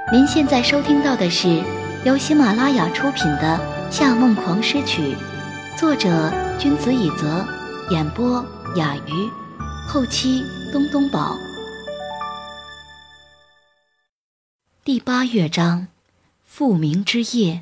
您现在收听到的是由喜马拉雅出品的《夏梦狂诗曲》，作者君子以泽，演播雅鱼，后期东东宝。第8乐章，复明之夜。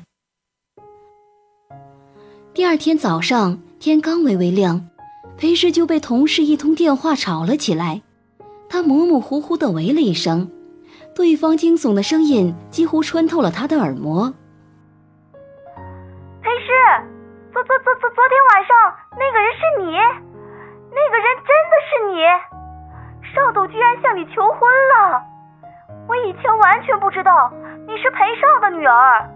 第二天早上，天刚微微亮，裴氏就被同事一通电话吵了起来。他模模糊糊地喂了一声，对方惊悚的声音几乎穿透了他的耳膜。 裴氏，昨天晚上那个人是你，那个人真的是你，少斗居然向你求婚了，我以前完全不知道你是裴少的女儿。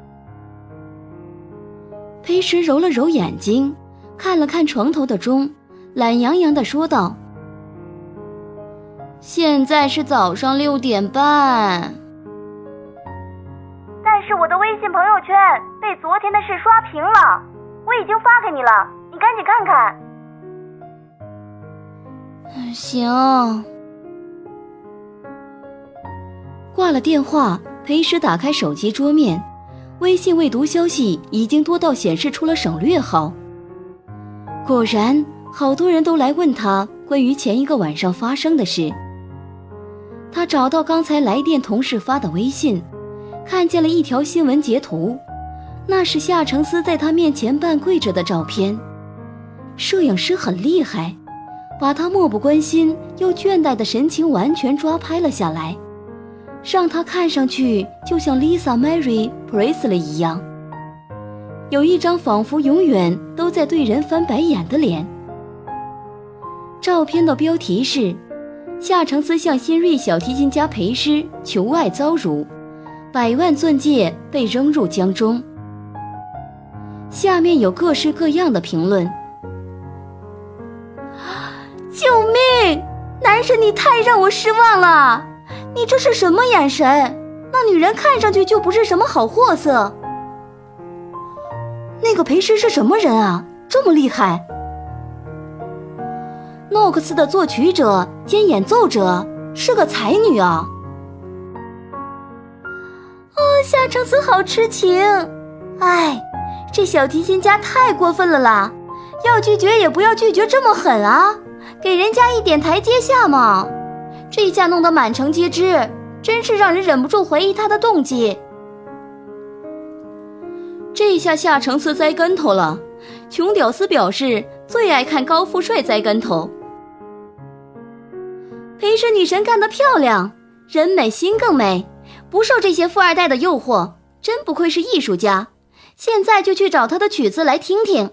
裴氏揉了揉眼睛，看了看床头的钟，懒洋洋地说道：现在是早上6点半。 但是我的微信朋友圈被昨天的事刷屏了，我已经发给你了，你赶紧看看。 行。挂了电话，裴氏打开手机桌面，微信未读消息已经多到显示出了省略号。果然，好多人都来问他关于前一个晚上发生的事。他找到刚才来电同事发的微信，看见了一条新闻截图，那是夏承思在他面前半跪着的照片。摄影师很厉害，把他漠不关心又倦怠的神情完全抓拍了下来，让他看上去就像 Lisa Mary Presley 一样，有一张仿佛永远都在对人翻白眼的脸。照片的标题是夏承思向新锐小提琴家裴诗求爱遭辱，100万钻戒被扔入江中。下面有各式各样的评论： 救命！男神你太让我失望了，你这是什么眼神？那女人看上去就不是什么好货色。 那个裴诗是什么人啊？这么厉害？诺克斯的作曲者兼演奏者是个才女啊！ 夏承思好痴情，哎，这小提琴家太过分了啦！要拒绝也不要拒绝这么狠啊，给人家一点台阶下嘛！这下弄得满城皆知，真是让人忍不住怀疑他的动机。 这下夏承思栽跟头了，穷屌丝表示最爱看高富帅栽跟头。 裴氏女神干得漂亮，人美心更美，不受这些富二代的诱惑，真不愧是艺术家。现在就去找他的曲子来听听。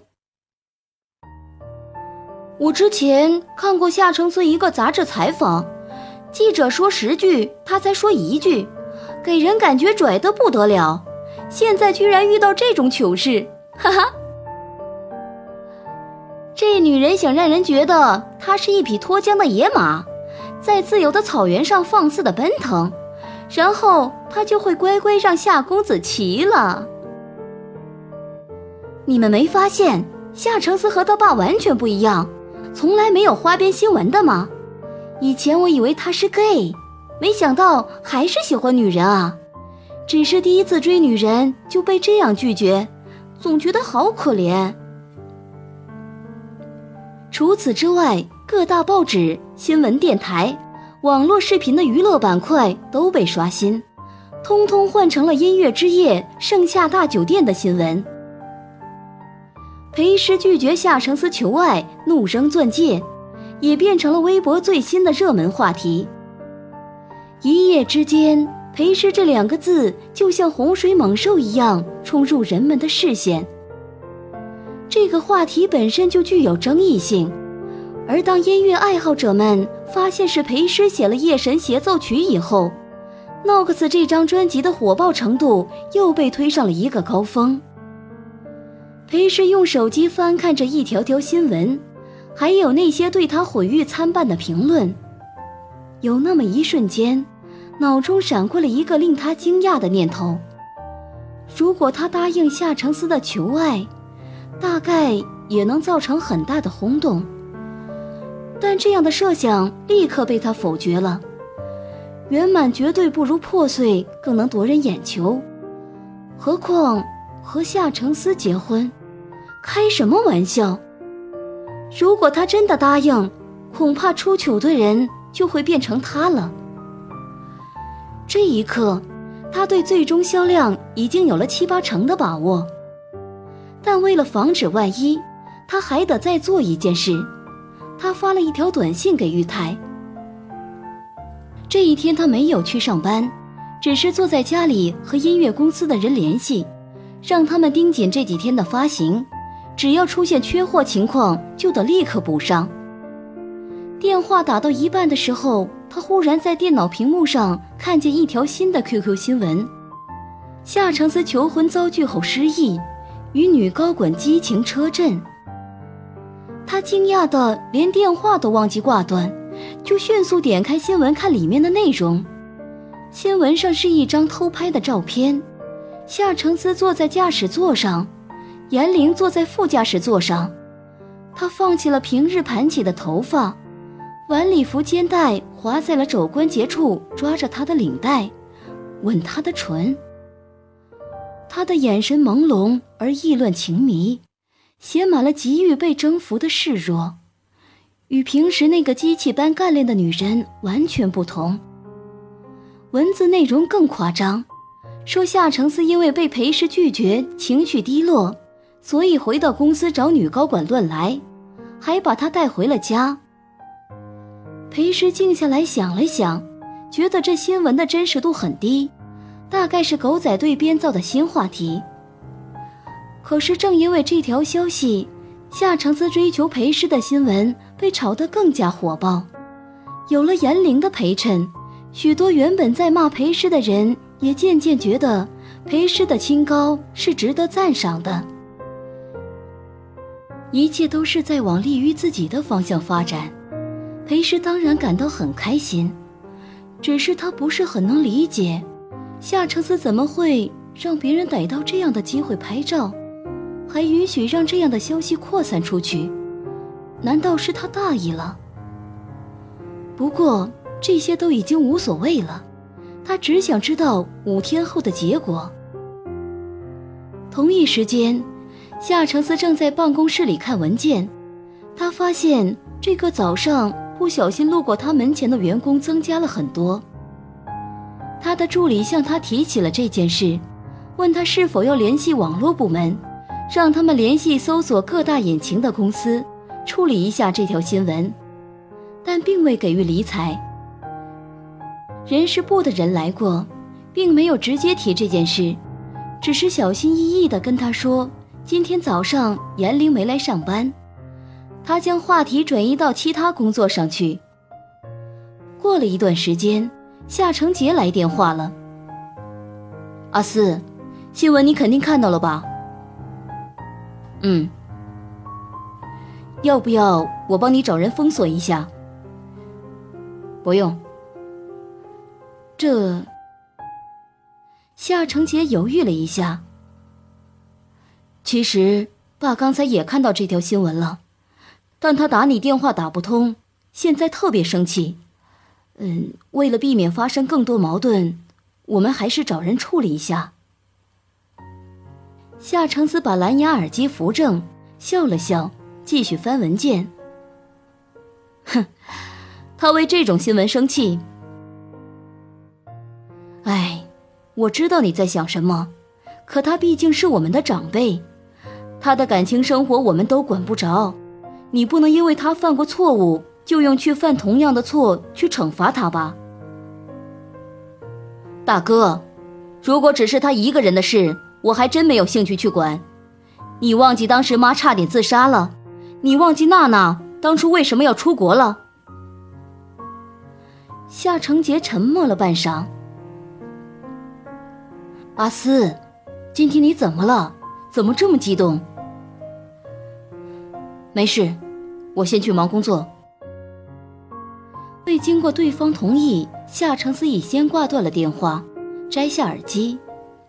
我之前看过夏承思一个杂志采访，记者说10句，他才说1句，给人感觉拽得不得了。现在居然遇到这种糗事，哈哈！ 这女人想让人觉得她是一匹脱缰的野马，在自由的草原上放肆的奔腾，然后她就会乖乖让夏公子骑了。 你们没发现夏承思和他爸完全不一样，从来没有花边新闻的吗？以前我以为他是 gay， 没想到还是喜欢女人啊。只是第一次追女人就被这样拒绝，总觉得好可怜。除此之外，各大报纸、新闻电台、网络视频的娱乐板块都被刷新，通通换成了音乐之夜盛夏大酒店的新闻。裴诗拒绝夏承思求爱，怒扔钻戒，也变成了微博最新的热门话题。一夜之间，裴诗这2个字就像洪水猛兽一样冲入人们的视线。这个话题本身就具有争议性，而当音乐爱好者们发现是裴诗写了《夜神协奏曲》以后， Nox 这张专辑的火爆程度又被推上了一个高峰。裴诗用手机翻看着一条条新闻，还有那些对他毁誉参半的评论。有那么一瞬间，脑中闪过了一个令他惊讶的念头：如果他答应夏承思的求爱，大概也能造成很大的轰动。但这样的设想立刻被他否决了。 圆满绝对不如破碎更能夺人眼球，何况和夏承思结婚，开什么玩笑？如果他真的答应，恐怕出糗的人就会变成他了。这一刻，他对最终销量已经有了7、8成的把握，但为了防止万一，他还得再做一件事。他发了一条短信给玉台。这一天他没有去上班，只是坐在家里和音乐公司的人联系，让他们盯紧这几天的发行，只要出现缺货情况就得立刻补上。电话打到一半的时候，他忽然在电脑屏幕上看见一条新的 QQ 新闻：夏承思求婚遭拒后失忆，与女高管激情车震。他惊讶的连电话都忘记挂断，就迅速点开新闻看里面的内容。新闻上是一张偷拍的照片，夏承思坐在驾驶座上，严玲坐在副驾驶座上。他放弃了平日盘起的头发，晚礼服肩带滑在了肘关节处，抓着她的领带，吻她的唇。他的眼神朦胧而意乱情迷，写满了急于被征服的示弱，与平时那个机器般干练的女人完全不同。文字内容更夸张，说夏承思因为被裴氏拒绝，情绪低落，所以回到公司找女高管乱来，还把她带回了家。裴氏静下来想了想，觉得这新闻的真实度很低，大概是狗仔队编造的新话题。可是正因为这条消息，夏承思追求裴氏的新闻被炒得更加火爆。有了严玲的陪衬，许多原本在骂裴氏的人也渐渐觉得裴氏的清高是值得赞赏的。一切都是在往利于自己的方向发展，裴氏当然感到很开心，只是他不是很能理解夏承思怎么会让别人逮到这样的机会拍照，还允许让这样的消息扩散出去，难道是他大意了？不过这些都已经无所谓了，他只想知道5天后的结果。同一时间，夏承思正在办公室里看文件，他发现这个早上不小心路过他门前的员工增加了很多。他的助理向他提起了这件事，问他是否要联系网络部门，让他们联系搜索各大引擎的公司，处理一下这条新闻，但并未给予理睬。人事部的人来过，并没有直接提这件事，只是小心翼翼地跟他说，今天早上严玲没来上班，他将话题转移到其他工作上去。过了一段时间，夏承杰来电话了。阿四，新闻你肯定看到了吧？要不要我帮你找人封锁一下？不用。这……夏承杰犹豫了一下。其实爸刚才也看到这条新闻了，但他打你电话打不通，现在特别生气。为了避免发生更多矛盾，我们还是找人处理一下。夏承思把蓝牙耳机扶正，笑了笑，继续翻文件。哼，他为这种新闻生气。哎，我知道你在想什么，可他毕竟是我们的长辈，他的感情生活我们都管不着，你不能因为他犯过错误，就用去犯同样的错去惩罚他吧。大哥，如果只是他一个人的事，我还真没有兴趣去管。你忘记当时妈差点自杀了？你忘记娜娜当初为什么要出国了？夏承杰沉默了半晌。阿思，今天你怎么了？怎么这么激动？没事，我先去忙工作。未经过对方同意，夏承思已先挂断了电话，摘下耳机。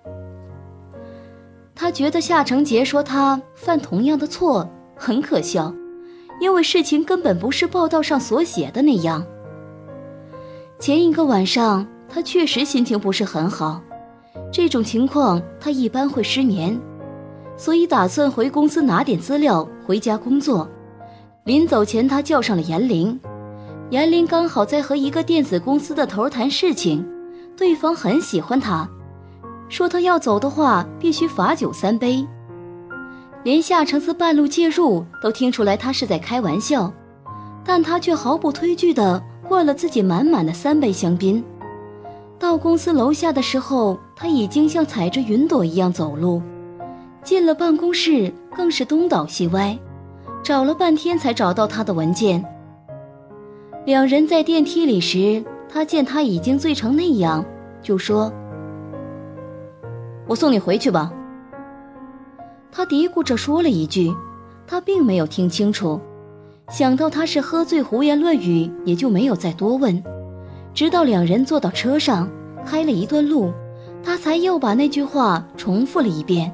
他觉得夏承杰说他犯同样的错很可笑，因为事情根本不是报道上所写的那样。前一个晚上， 他确实心情不是很好，这种情况他一般会失眠，所以打算回公司拿点资料回家工作。临走前他叫上了严玲，严玲刚好在和一个电子公司的头谈事情，对方很喜欢他，说他要走的话必须罚酒3杯。连夏承思半路介入都听出来他是在开玩笑，但他却毫不推拒地灌了自己满满的3杯香槟。到公司楼下的时候，他已经像踩着云朵一样走路，进了办公室更是东倒西歪，找了半天才找到他的文件。两人在电梯里时，他见他已经醉成那样，就说：“我送你回去吧。”他嘀咕着说了一句，他并没有听清楚，想到他是喝醉胡言乱语，也就没有再多问。直到两人坐到车上，开了一段路，他才又把那句话重复了一遍：“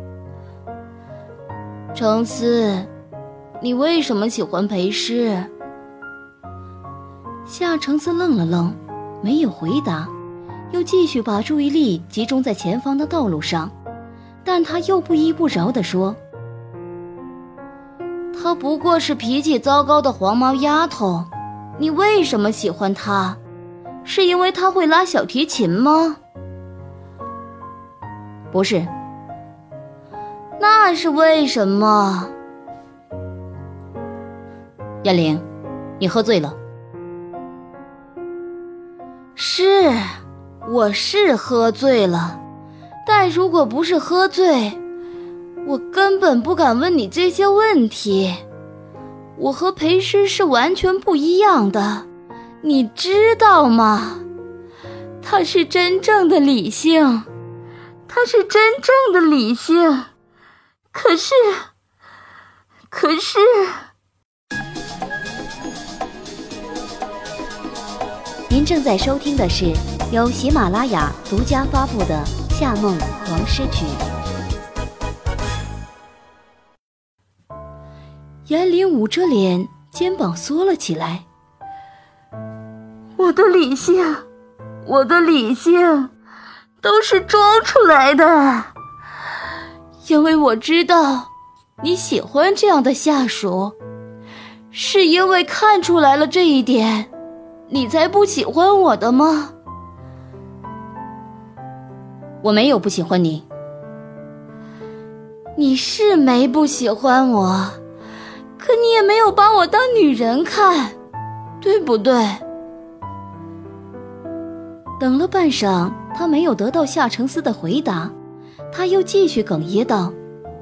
承思，你为什么喜欢裴诗？”夏承思愣了愣，没有回答，又继续把注意力集中在前方的道路上，但他又不依不饶地说：“她不过是脾气糟糕的黄毛丫头，你为什么喜欢她？是因为她会拉小提琴吗？”“不是。”“那是为什么？”“燕玲，你喝醉了。”“是，我是喝醉了，但如果不是喝醉，我根本不敢问你这些问题。我和裴诗是完全不一样的，你知道吗？他是真正的理性，他是真正的理性。可是…… 您正在收听的是由喜马拉雅独家发布的《夏梦黄诗曲》。 严玲捂着脸，肩膀缩了起来。“我的理性都是装出来的，因为我知道你喜欢这样的下属，是因为看出来了这一点，你才不喜欢我的吗？”“我没有不喜欢你。”“你是没不喜欢我，可你也没有把我当女人看，对不对？”等了半晌，他没有得到夏承思的回答，他又继续哽咽道：“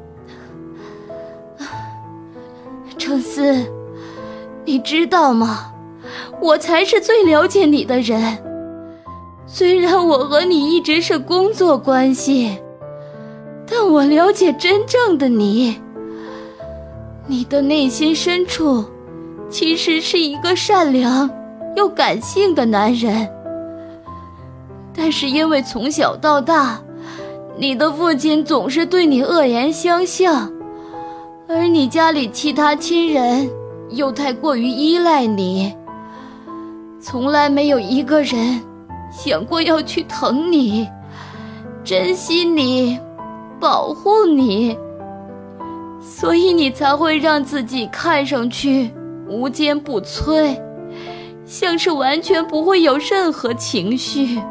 承思，你知道吗？我才是最了解你的人。虽然我和你一直是工作关系，但我了解真正的你。你的内心深处其实是一个善良又感性的男人，但是因为从小到大，你的父亲总是对你恶言相向，而你家里其他亲人又太过于依赖你，从来没有一个人想过要去疼你、珍惜你、保护你，所以你才会让自己看上去无坚不摧，像是完全不会有任何情绪。”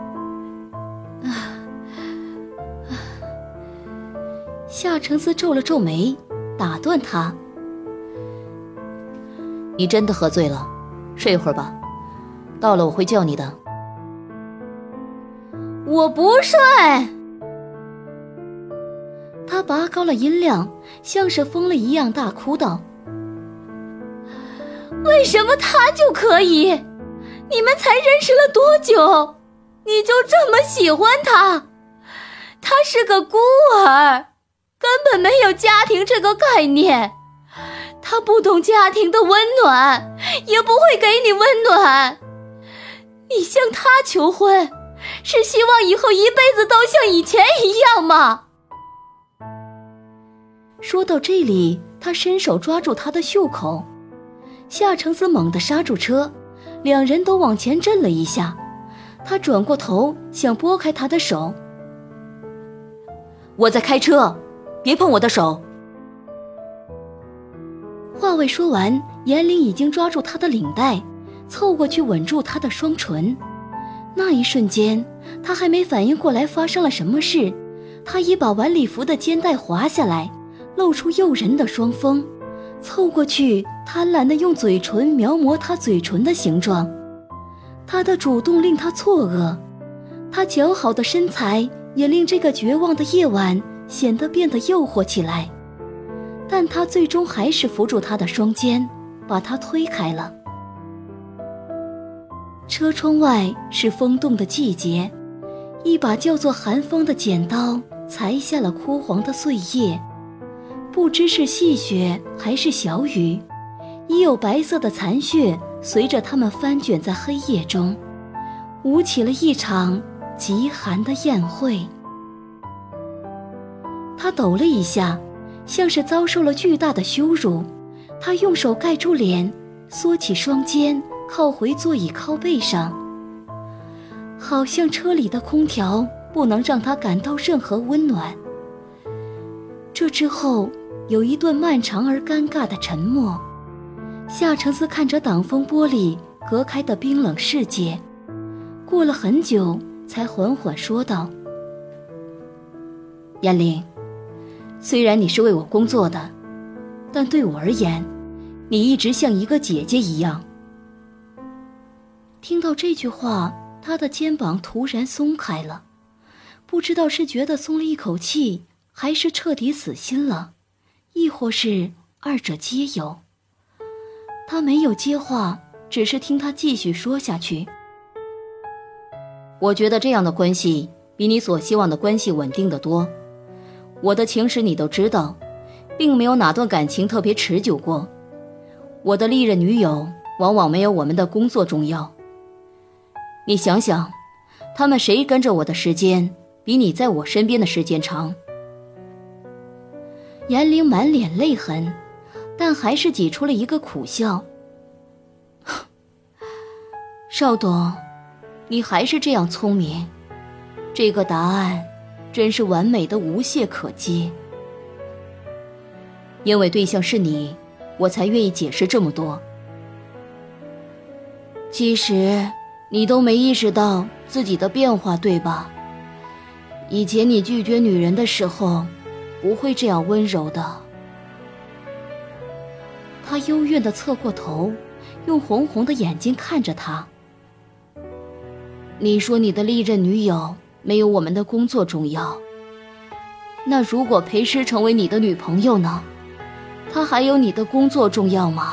夏承思皱了皱眉，打断他：“你真的喝醉了，睡一会儿吧，到了我会叫你的。”“我不睡！”他拔高了音量，像是疯了一样大哭道：“为什么他就可以？你们才认识了多久，你就这么喜欢他？他是个孤儿，根本没有家庭这个概念，他不懂家庭的温暖，也不会给你温暖。你向他求婚，是希望以后一辈子都像以前一样吗？”说到这里，他伸手抓住他的袖口，夏承思猛地刹住车，两人都往前震了一下。 他转过头想拨开他的手。我在开车，别碰我的手。话未说完，严玲已经抓住他的领带，凑过去吻住他的双唇。那一瞬间，他还没反应过来发生了什么事，他已把晚礼服的肩带滑下来，露出诱人的双峰，凑过去贪婪地用嘴唇描摹他嘴唇的形状。他的主动令他错愕，他姣好的身材也令这个绝望的夜晚显得变得诱惑起来，但他最终还是扶住他的双肩，把他推开了。车窗外是风动的季节，一把叫做寒风的剪刀裁下了枯黄的碎叶，不知是细雪还是小雨，已有白色的残屑随着它们翻卷在黑夜中，舞起了一场极寒的宴会。他抖了一下，像是遭受了巨大的羞辱，他用手盖住脸，缩起双肩，靠回座椅靠背上，好像车里的空调不能让他感到任何温暖。这之后有一段漫长而尴尬的沉默，夏承思看着挡风玻璃隔开的冰冷世界，过了很久才缓缓说道：燕玲，虽然你是为我工作的，但对我而言，你一直像一个姐姐一样。听到这句话，他的肩膀突然松开了，不知道是觉得松了一口气，还是彻底死心了，亦或是二者皆有。他没有接话，只是听他继续说下去。我觉得这样的关系比你所希望的关系稳定得多。我的情史你都知道，并没有哪段感情特别持久过。我的历任女友往往没有我们的工作重要。你想想，他们谁跟着我的时间比你在我身边的时间长？严玲满脸泪痕，但还是挤出了一个苦笑。邵董，你还是这样聪明，这个答案真是完美的无懈可击。因为对象是你，我才愿意解释这么多。其实你都没意识到自己的变化，对吧？以前你拒绝女人的时候不会这样温柔的。他幽怨地侧过头，用红红的眼睛看着他。你说你的历任女友没有我们的工作重要，那如果裴诗成为你的女朋友呢？她还有你的工作重要吗？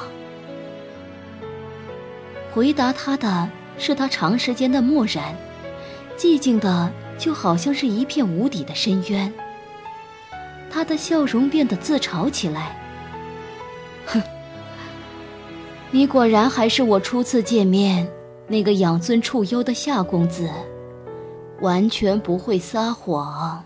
回答他的是他长时间的漠然，寂静的就好像是一片无底的深渊。他的笑容变得自嘲起来。哼，你果然还是我初次见面那个养尊处优的夏公子，完全不会撒谎。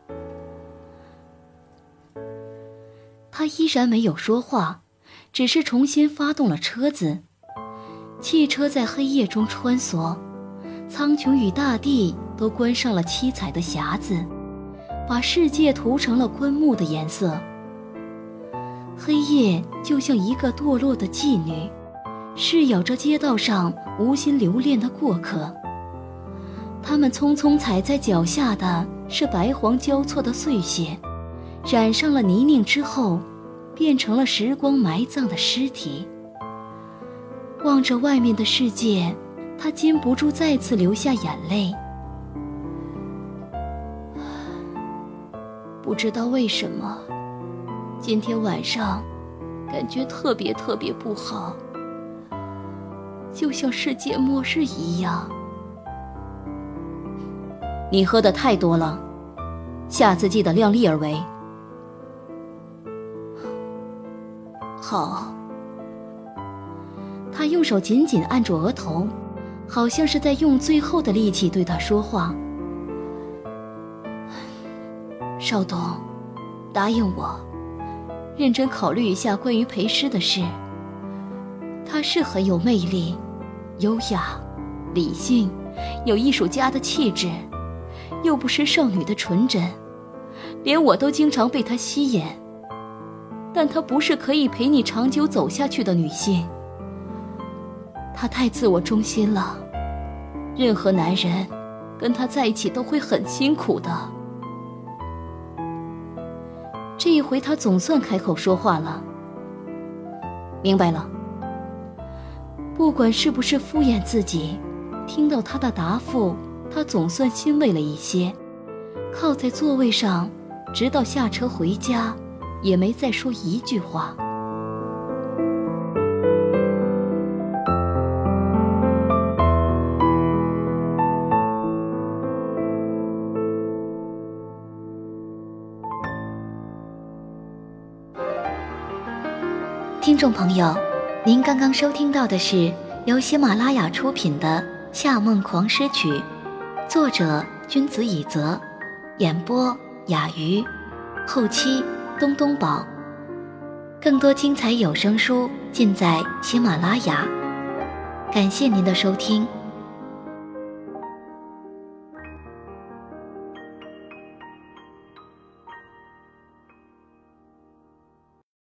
他依然没有说话，只是重新发动了车子。汽车在黑夜中穿梭，苍穹与大地都关上了七彩的匣子，把世界涂成了棺木的颜色。黑夜就像一个堕落的妓女，噬咬着街道上无心留恋的过客。他们匆匆踩在脚下的是白黄交错的碎屑，染上了泥泞之后，变成了时光埋葬的尸体。望着外面的世界，他禁不住再次流下眼泪。不知道为什么，今天晚上感觉特别不好，就像世界末日一样。你喝得太多了，下次记得量力而为。好。他用手紧紧按住额头，好像是在用最后的力气对他说话。邵董，答应我，认真考虑一下关于裴诗的事。她是很有魅力，优雅、理性， 有艺术家的气质，又不失少女的纯真，连我都经常被她吸引。但她不是可以陪你长久走下去的女性，她太自我中心了，任何男人跟她在一起都会很辛苦的。这一回她总算开口说话了。明白了。不管是不是敷衍自己，听到他的答复，他总算欣慰了一些，靠在座位上直到下车回家，也没再说一句话。 听众朋友，您刚刚收听到的是由喜马拉雅出品的《夏梦狂诗曲》，作者君子以泽，演播雅鱼，后期东东宝。更多精彩有声书尽在喜马拉雅。感谢您的收听。